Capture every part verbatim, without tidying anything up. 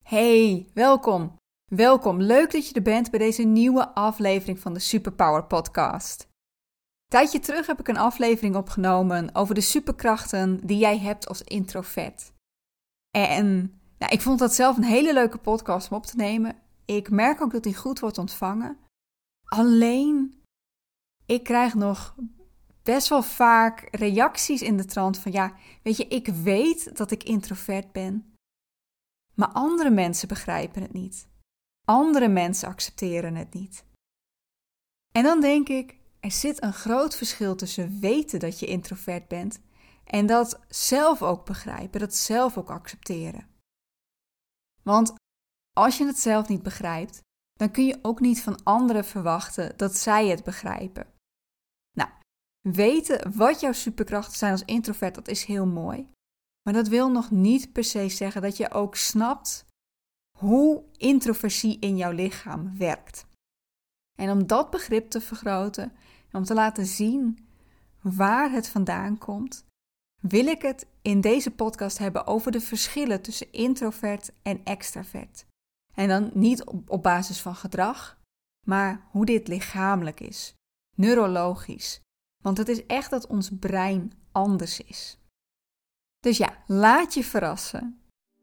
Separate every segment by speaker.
Speaker 1: Hey, welkom. Welkom, leuk dat je er bent bij deze nieuwe aflevering van de Superpower Podcast. Een tijdje terug heb ik een aflevering opgenomen over de superkrachten die jij hebt als introvert. En nou, ik vond dat zelf een hele leuke podcast om op te nemen. Ik merk ook dat die goed wordt ontvangen. Alleen, ik krijg nog best wel vaak reacties in de trant van ja, weet je, ik weet dat ik introvert ben. Maar andere mensen begrijpen het niet. Andere mensen accepteren het niet. En dan denk ik, er zit een groot verschil tussen weten dat je introvert bent en dat zelf ook begrijpen, dat zelf ook accepteren. Want als je het zelf niet begrijpt, dan kun je ook niet van anderen verwachten dat zij het begrijpen. Nou, weten wat jouw superkrachten zijn als introvert, dat is heel mooi. Maar dat wil nog niet per se zeggen dat je ook snapt hoe introversie in jouw lichaam werkt. En om dat begrip te vergroten en om te laten zien waar het vandaan komt, wil ik het in deze podcast hebben over de verschillen tussen introvert en extravert. En dan niet op, op basis van gedrag, maar hoe dit lichamelijk is, neurologisch. Want het is echt dat ons brein anders is. Dus ja, laat je verrassen.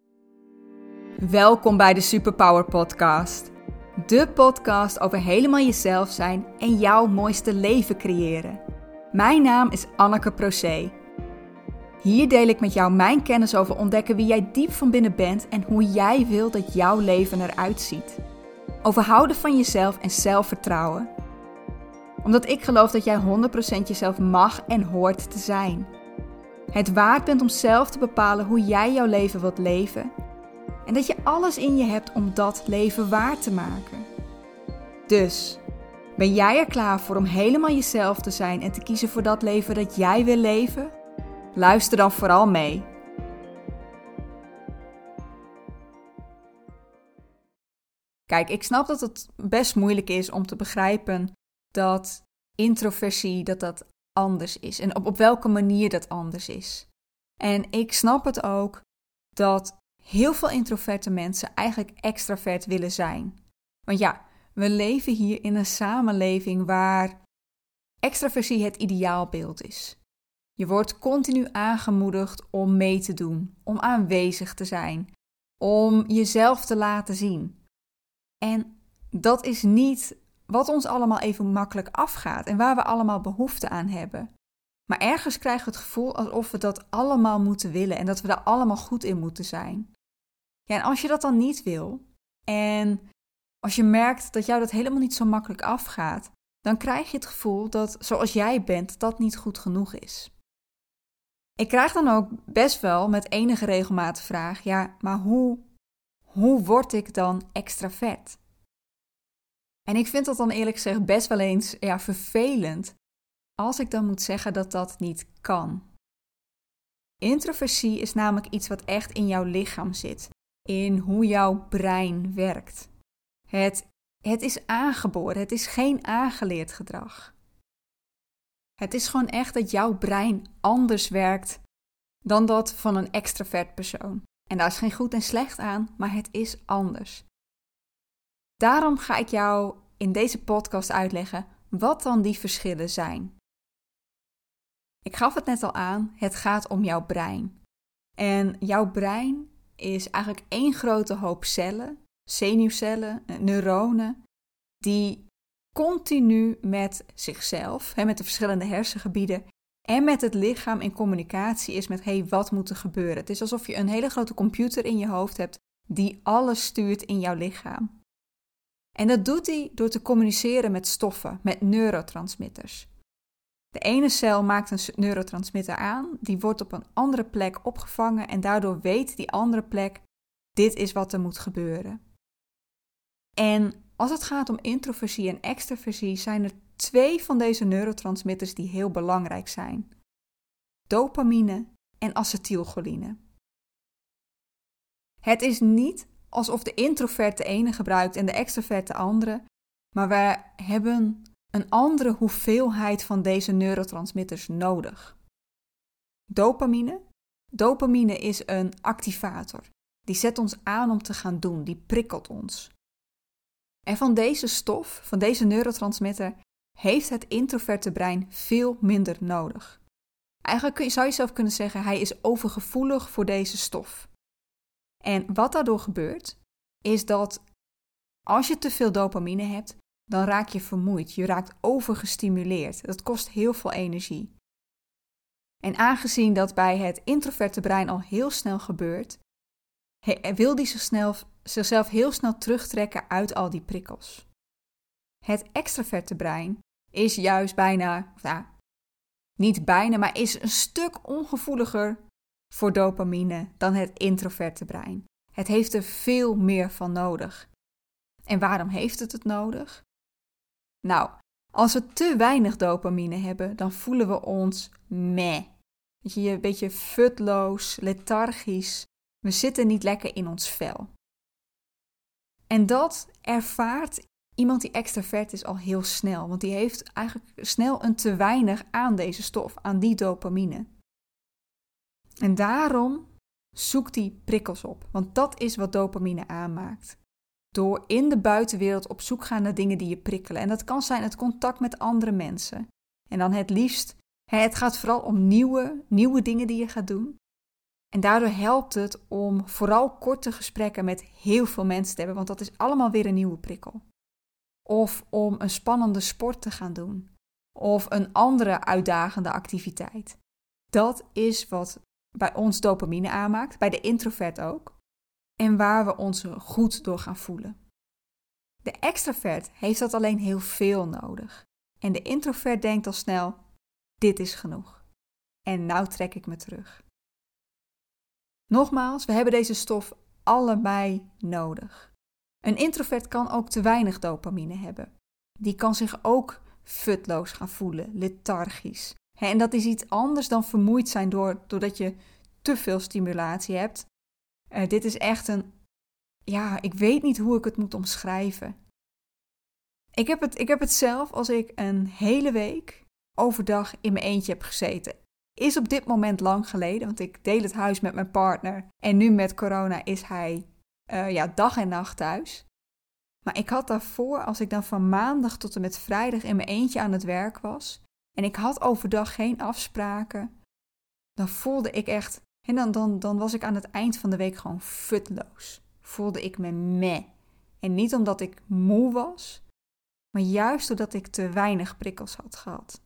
Speaker 1: Welkom bij de Superpower Podcast. De podcast over helemaal jezelf zijn en jouw mooiste leven creëren. Mijn naam is Anneke Procé. Hier deel ik met jou mijn kennis over ontdekken wie jij diep van binnen bent en hoe jij wil dat jouw leven eruit ziet. Over houden van jezelf en zelfvertrouwen. Omdat ik geloof dat jij honderd procent jezelf mag en hoort te zijn. Het waard bent om zelf te bepalen hoe jij jouw leven wilt leven. En dat je alles in je hebt om dat leven waar te maken. Dus, ben jij er klaar voor om helemaal jezelf te zijn en te kiezen voor dat leven dat jij wil leven? Luister dan vooral mee. Kijk, ik snap dat het best moeilijk is om te begrijpen dat introversie, dat dat anders is. En op, op welke manier dat anders is. En ik snap het ook dat heel veel introverte mensen eigenlijk extravert willen zijn. Want ja, we leven hier in een samenleving waar extraversie het ideaalbeeld is. Je wordt continu aangemoedigd om mee te doen, om aanwezig te zijn, om jezelf te laten zien. En dat is niet wat ons allemaal even makkelijk afgaat en waar we allemaal behoefte aan hebben. Maar ergens krijgen we het gevoel alsof we dat allemaal moeten willen en dat we daar allemaal goed in moeten zijn. Ja, en als je dat dan niet wil en als je merkt dat jou dat helemaal niet zo makkelijk afgaat, dan krijg je het gevoel dat zoals jij bent, dat niet goed genoeg is. Ik krijg dan ook best wel met enige regelmaat de vraag, ja, maar hoe, hoe word ik dan extravert? En ik vind dat dan eerlijk gezegd best wel eens ja, vervelend als ik dan moet zeggen dat dat niet kan. Introversie is namelijk iets wat echt in jouw lichaam zit. In hoe jouw brein werkt. Het, het is aangeboren, het is geen aangeleerd gedrag. Het is gewoon echt dat jouw brein anders werkt dan dat van een extravert persoon. En daar is geen goed en slecht aan, maar het is anders. Daarom ga ik jou in deze podcast uitleggen wat dan die verschillen zijn. Ik gaf het net al aan, het gaat om jouw brein. En jouw brein is eigenlijk één grote hoop cellen, zenuwcellen, neuronen, die continu met zichzelf, met de verschillende hersengebieden en met het lichaam in communicatie is met, hé, hey, wat moet er gebeuren? Het is alsof je een hele grote computer in je hoofd hebt die alles stuurt in jouw lichaam. En dat doet hij door te communiceren met stoffen, met neurotransmitters. De ene cel maakt een neurotransmitter aan, die wordt op een andere plek opgevangen en daardoor weet die andere plek, dit is wat er moet gebeuren. En als het gaat om introversie en extraversie zijn er twee van deze neurotransmitters die heel belangrijk zijn. Dopamine en acetylcholine. Het is niet alsof de introvert de ene gebruikt en de extrovert de andere, maar we hebben een andere hoeveelheid van deze neurotransmitters nodig. Dopamine. Dopamine is een activator. Die zet ons aan om te gaan doen, die prikkelt ons. En van deze stof, van deze neurotransmitter, heeft het introverte brein veel minder nodig. Eigenlijk kun je, zou je zelf kunnen zeggen, hij is overgevoelig voor deze stof. En wat daardoor gebeurt, is dat als je te veel dopamine hebt, dan raak je vermoeid. Je raakt overgestimuleerd. Dat kost heel veel energie. En aangezien dat bij het introverte brein al heel snel gebeurt, wil die zichzelf, zichzelf heel snel terugtrekken uit al die prikkels. Het extraverte brein is juist bijna, nou, niet bijna, maar is een stuk ongevoeliger voor dopamine dan het introverte brein. Het heeft er veel meer van nodig. En waarom heeft het het nodig? Nou, als we te weinig dopamine hebben, dan voelen we ons meh. Weet je, een beetje futloos, lethargisch. We zitten niet lekker in ons vel. En dat ervaart iemand die extravert is al heel snel. Want die heeft eigenlijk snel een te weinig aan deze stof, aan die dopamine. En daarom zoekt hij prikkels op. Want dat is wat dopamine aanmaakt. Door in de buitenwereld op zoek gaan naar dingen die je prikkelen. En dat kan zijn het contact met andere mensen. En dan het liefst, het gaat vooral om nieuwe, nieuwe dingen die je gaat doen. En daardoor helpt het om vooral korte gesprekken met heel veel mensen te hebben. Want dat is allemaal weer een nieuwe prikkel. Of om een spannende sport te gaan doen. Of een andere uitdagende activiteit. Dat is wat bij ons dopamine aanmaakt. Bij de introvert ook. En waar we ons goed door gaan voelen. De extravert heeft dat alleen heel veel nodig. En de introvert denkt al snel, dit is genoeg. En nou trek ik me terug. Nogmaals, we hebben deze stof allebei nodig. Een introvert kan ook te weinig dopamine hebben. Die kan zich ook futloos gaan voelen, lethargisch. En dat is iets anders dan vermoeid zijn door, doordat je te veel stimulatie hebt. Uh, dit is echt een, ja, ik weet niet hoe ik het moet omschrijven. Ik heb het, ik heb het zelf als ik een hele week overdag in mijn eentje heb gezeten. Is op dit moment lang geleden, want ik deel het huis met mijn partner. En nu met corona is hij uh, ja, dag en nacht thuis. Maar ik had daarvoor, als ik dan van maandag tot en met vrijdag in mijn eentje aan het werk was. En ik had overdag geen afspraken. Dan voelde ik echt, en dan, dan, dan was ik aan het eind van de week gewoon futloos. Voelde ik me meh. En niet omdat ik moe was, maar juist doordat ik te weinig prikkels had gehad.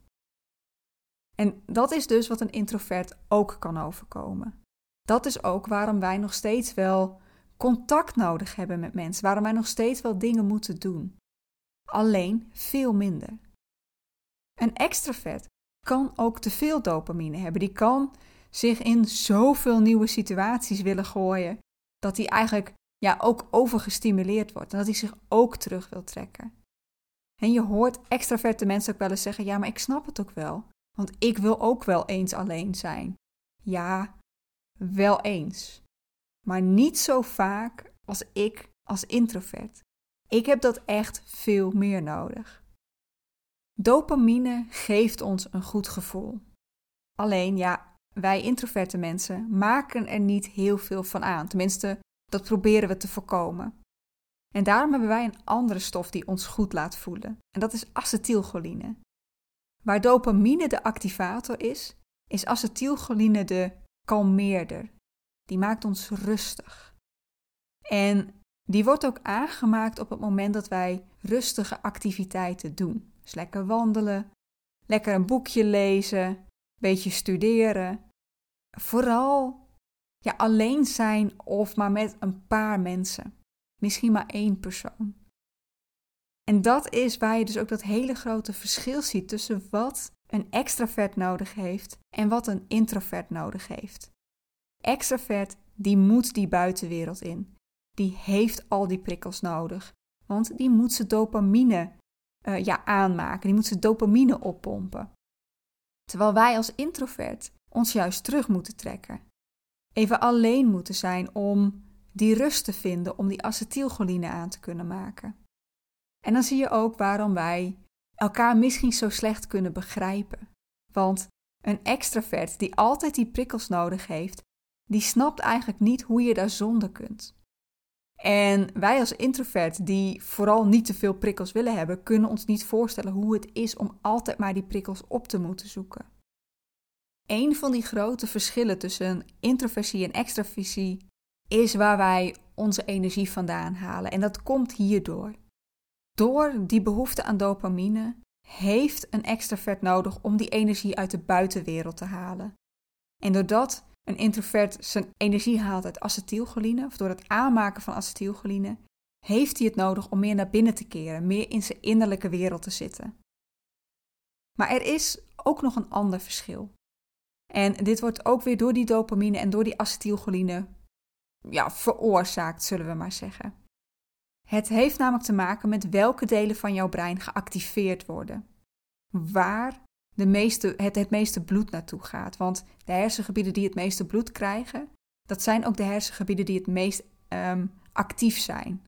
Speaker 1: En dat is dus wat een introvert ook kan overkomen. Dat is ook waarom wij nog steeds wel contact nodig hebben met mensen. Waarom wij nog steeds wel dingen moeten doen. Alleen veel minder. Een extravert kan ook te veel dopamine hebben. Die kan zich in zoveel nieuwe situaties willen gooien, dat hij eigenlijk ja, ook overgestimuleerd wordt. En dat hij zich ook terug wil trekken. En je hoort extraverte mensen ook wel eens zeggen, ja, maar ik snap het ook wel. Want ik wil ook wel eens alleen zijn. Ja, wel eens. Maar niet zo vaak als ik als introvert. Ik heb dat echt veel meer nodig. Dopamine geeft ons een goed gevoel. Alleen, ja, wij introverte mensen maken er niet heel veel van aan. Tenminste, dat proberen we te voorkomen. En daarom hebben wij een andere stof die ons goed laat voelen. En dat is acetylcholine. Waar dopamine de activator is, is acetylcholine de kalmeerder. Die maakt ons rustig. En die wordt ook aangemaakt op het moment dat wij rustige activiteiten doen. Dus lekker wandelen, lekker een boekje lezen, een beetje studeren. Vooral ja, alleen zijn of maar met een paar mensen. Misschien maar één persoon. En dat is waar je dus ook dat hele grote verschil ziet tussen wat een extravert nodig heeft en wat een introvert nodig heeft. Extravert, die moet die buitenwereld in. Die heeft al die prikkels nodig. Want die moet zijn dopamine uh, ja, aanmaken. Die moet zijn dopamine oppompen. Terwijl wij als introvert ons juist terug moeten trekken. Even alleen moeten zijn om die rust te vinden, om die acetylcholine aan te kunnen maken. En dan zie je ook waarom wij elkaar misschien zo slecht kunnen begrijpen. Want een extravert die altijd die prikkels nodig heeft, die snapt eigenlijk niet hoe je daar zonder kunt. En wij als introvert, die vooral niet te veel prikkels willen hebben, kunnen ons niet voorstellen hoe het is om altijd maar die prikkels op te moeten zoeken. Een van die grote verschillen tussen introversie en extraversie is waar wij onze energie vandaan halen. En dat komt hierdoor. Door die behoefte aan dopamine heeft een extravert nodig om die energie uit de buitenwereld te halen. En doordat een introvert zijn energie haalt uit acetylcholine, of door het aanmaken van acetylcholine, heeft hij het nodig om meer naar binnen te keren, meer in zijn innerlijke wereld te zitten. Maar er is ook nog een ander verschil. En dit wordt ook weer door die dopamine en door die acetylcholine ja, veroorzaakt, zullen we maar zeggen. Het heeft namelijk te maken met welke delen van jouw brein geactiveerd worden. Waar de meeste, het, het meeste bloed naartoe gaat. Want de hersengebieden die het meeste bloed krijgen, dat zijn ook de hersengebieden die het meest um, actief zijn.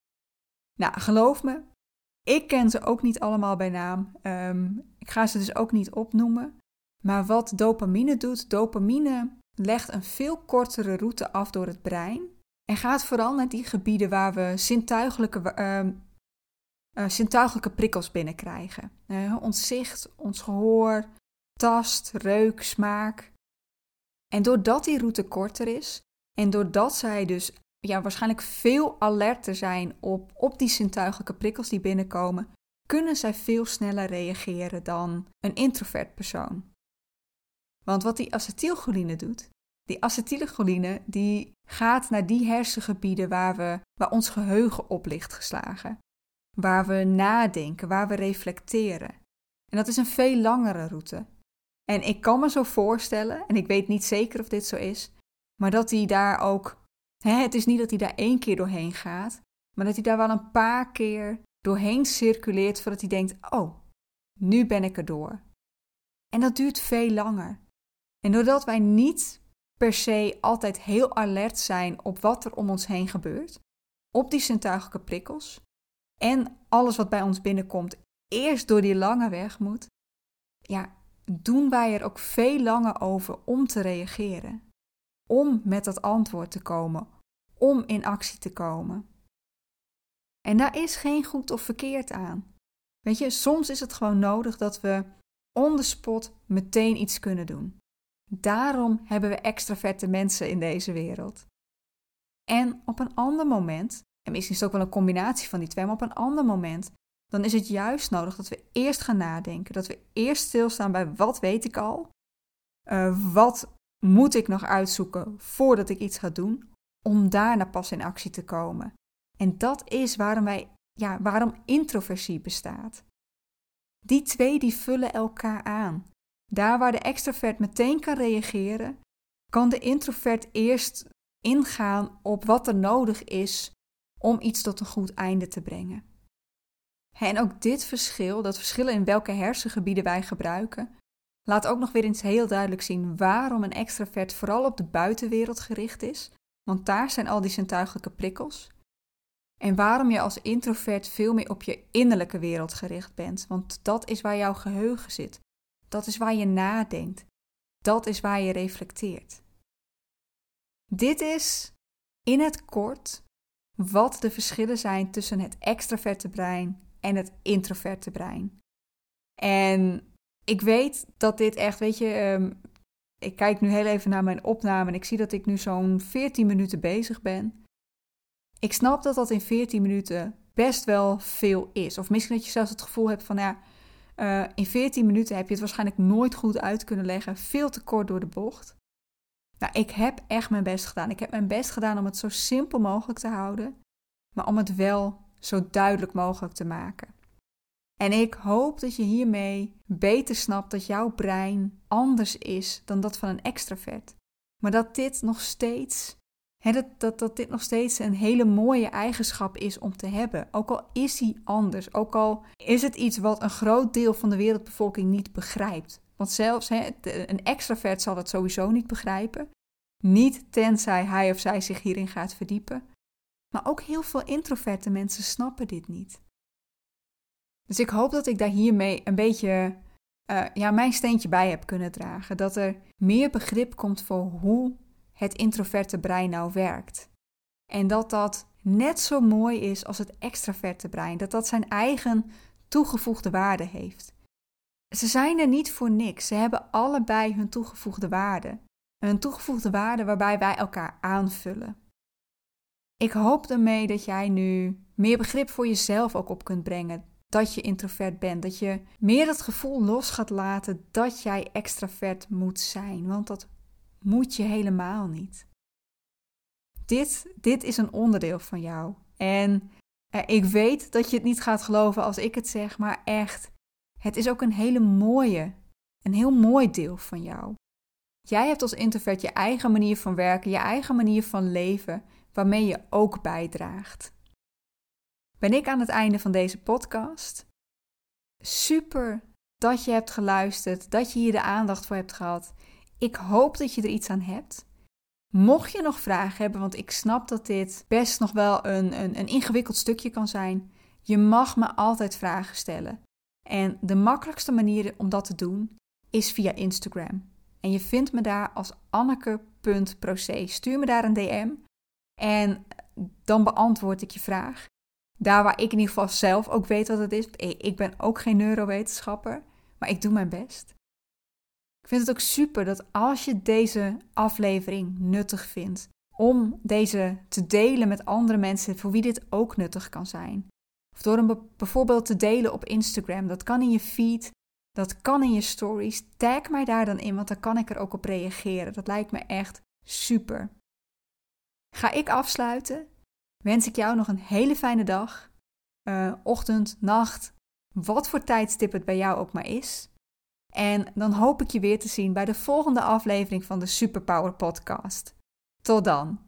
Speaker 1: Nou, geloof me, ik ken ze ook niet allemaal bij naam. Um, ik ga ze dus ook niet opnoemen. Maar wat dopamine doet, dopamine legt een veel kortere route af door het brein. En gaat vooral naar die gebieden waar we zintuigelijke, uh, uh, zintuigelijke prikkels binnenkrijgen. Uh, ons zicht, ons gehoor, tast, reuk, smaak. En doordat die route korter is en doordat zij dus ja, waarschijnlijk veel alerter zijn op, op die zintuigelijke prikkels die binnenkomen, kunnen zij veel sneller reageren dan een introvert persoon. Want wat die acetylcholine doet, die acetylcholine die gaat naar die hersengebieden waar, we, waar ons geheugen op ligt geslagen. Waar we nadenken, waar we reflecteren. En dat is een veel langere route. En ik kan me zo voorstellen, en ik weet niet zeker of dit zo is, maar dat hij daar ook, hè, het is niet dat hij daar één keer doorheen gaat, maar dat hij daar wel een paar keer doorheen circuleert voordat hij denkt, oh, nu ben ik er door. En dat duurt veel langer. En doordat wij niet per se altijd heel alert zijn op wat er om ons heen gebeurt, op die zintuigelijke prikkels, en alles wat bij ons binnenkomt eerst door die lange weg moet, ja, doen wij er ook veel langer over om te reageren. Om met dat antwoord te komen, om in actie te komen. En daar is geen goed of verkeerd aan. Weet je, soms is het gewoon nodig dat we on the spot meteen iets kunnen doen. Daarom hebben we extraverte mensen in deze wereld. En op een ander moment, en misschien is het ook wel een combinatie van die twee, maar op een ander moment, dan is het juist nodig dat we eerst gaan nadenken. Dat we eerst stilstaan bij wat weet ik al, uh, wat moet ik nog uitzoeken voordat ik iets ga doen, om daarna pas in actie te komen. En dat is waarom, wij, ja, waarom introversie bestaat. Die twee die vullen elkaar aan. Daar waar de extravert meteen kan reageren, kan de introvert eerst ingaan op wat er nodig is om iets tot een goed einde te brengen. En ook dit verschil, dat verschil in welke hersengebieden wij gebruiken, laat ook nog weer eens heel duidelijk zien waarom een extravert vooral op de buitenwereld gericht is, want daar zijn al die zintuigelijke prikkels. En waarom je als introvert veel meer op je innerlijke wereld gericht bent, want dat is waar jouw geheugen zit. Dat is waar je nadenkt. Dat is waar je reflecteert. Dit is in het kort wat de verschillen zijn tussen het extraverte brein en het introverte brein. En ik weet dat dit echt, weet je, um, ik kijk nu heel even naar mijn opname en ik zie dat ik nu zo'n veertien minuten bezig ben. Ik snap dat dat in veertien minuten best wel veel is. Of misschien dat je zelfs het gevoel hebt van, ja, uh, in veertien minuten heb je het waarschijnlijk nooit goed uit kunnen leggen. Veel te kort door de bocht. Nou, ik heb echt mijn best gedaan. Ik heb mijn best gedaan om het zo simpel mogelijk te houden, maar om het wel zo duidelijk mogelijk te maken. En ik hoop dat je hiermee beter snapt dat jouw brein anders is dan dat van een extravert. Maar dat dit nog steeds, hè, dat, dat, dat dit nog steeds een hele mooie eigenschap is om te hebben. Ook al is die anders, ook al is het iets wat een groot deel van de wereldbevolking niet begrijpt. Want zelfs hè, een extravert zal het sowieso niet begrijpen. Niet tenzij hij of zij zich hierin gaat verdiepen. Maar ook heel veel introverte mensen snappen dit niet. Dus ik hoop dat ik daar hiermee een beetje uh, ja, mijn steentje bij heb kunnen dragen. Dat er meer begrip komt voor hoe het introverte brein nou werkt. En dat dat net zo mooi is als het extraverte brein. Dat dat zijn eigen toegevoegde waarde heeft. Ze zijn er niet voor niks. Ze hebben allebei hun toegevoegde waarde. Een toegevoegde waarde waarbij wij elkaar aanvullen. Ik hoop daarmee dat jij nu meer begrip voor jezelf ook op kunt brengen. Dat je introvert bent. Dat je meer het gevoel los gaat laten dat jij extravert moet zijn. Want dat moet je helemaal niet. Dit, dit is een onderdeel van jou. En eh, ik weet dat je het niet gaat geloven als ik het zeg, maar echt, het is ook een hele mooie, een heel mooi deel van jou. Jij hebt als introvert je eigen manier van werken, je eigen manier van leven, waarmee je ook bijdraagt. Ben ik aan het einde van deze podcast? Super dat je hebt geluisterd, dat je hier de aandacht voor hebt gehad. Ik hoop dat je er iets aan hebt. Mocht je nog vragen hebben, want ik snap dat dit best nog wel een, een, een ingewikkeld stukje kan zijn, je mag me altijd vragen stellen. En de makkelijkste manier om dat te doen is via Instagram. En je vindt me daar als anneke punt proces. Stuur me daar een D M en dan beantwoord ik je vraag. Daar waar ik in ieder geval zelf ook weet wat het is. Ik ben ook geen neurowetenschapper, maar ik doe mijn best. Ik vind het ook super dat als je deze aflevering nuttig vindt, om deze te delen met andere mensen voor wie dit ook nuttig kan zijn. Of door hem be- bijvoorbeeld te delen op Instagram. Dat kan in je feed, dat kan in je stories. Tag mij daar dan in, want dan kan ik er ook op reageren. Dat lijkt me echt super. Ga ik afsluiten, wens ik jou nog een hele fijne dag. Uh, ochtend, nacht, wat voor tijdstip het bij jou ook maar is. En dan hoop ik je weer te zien bij de volgende aflevering van de Superpower Podcast. Tot dan!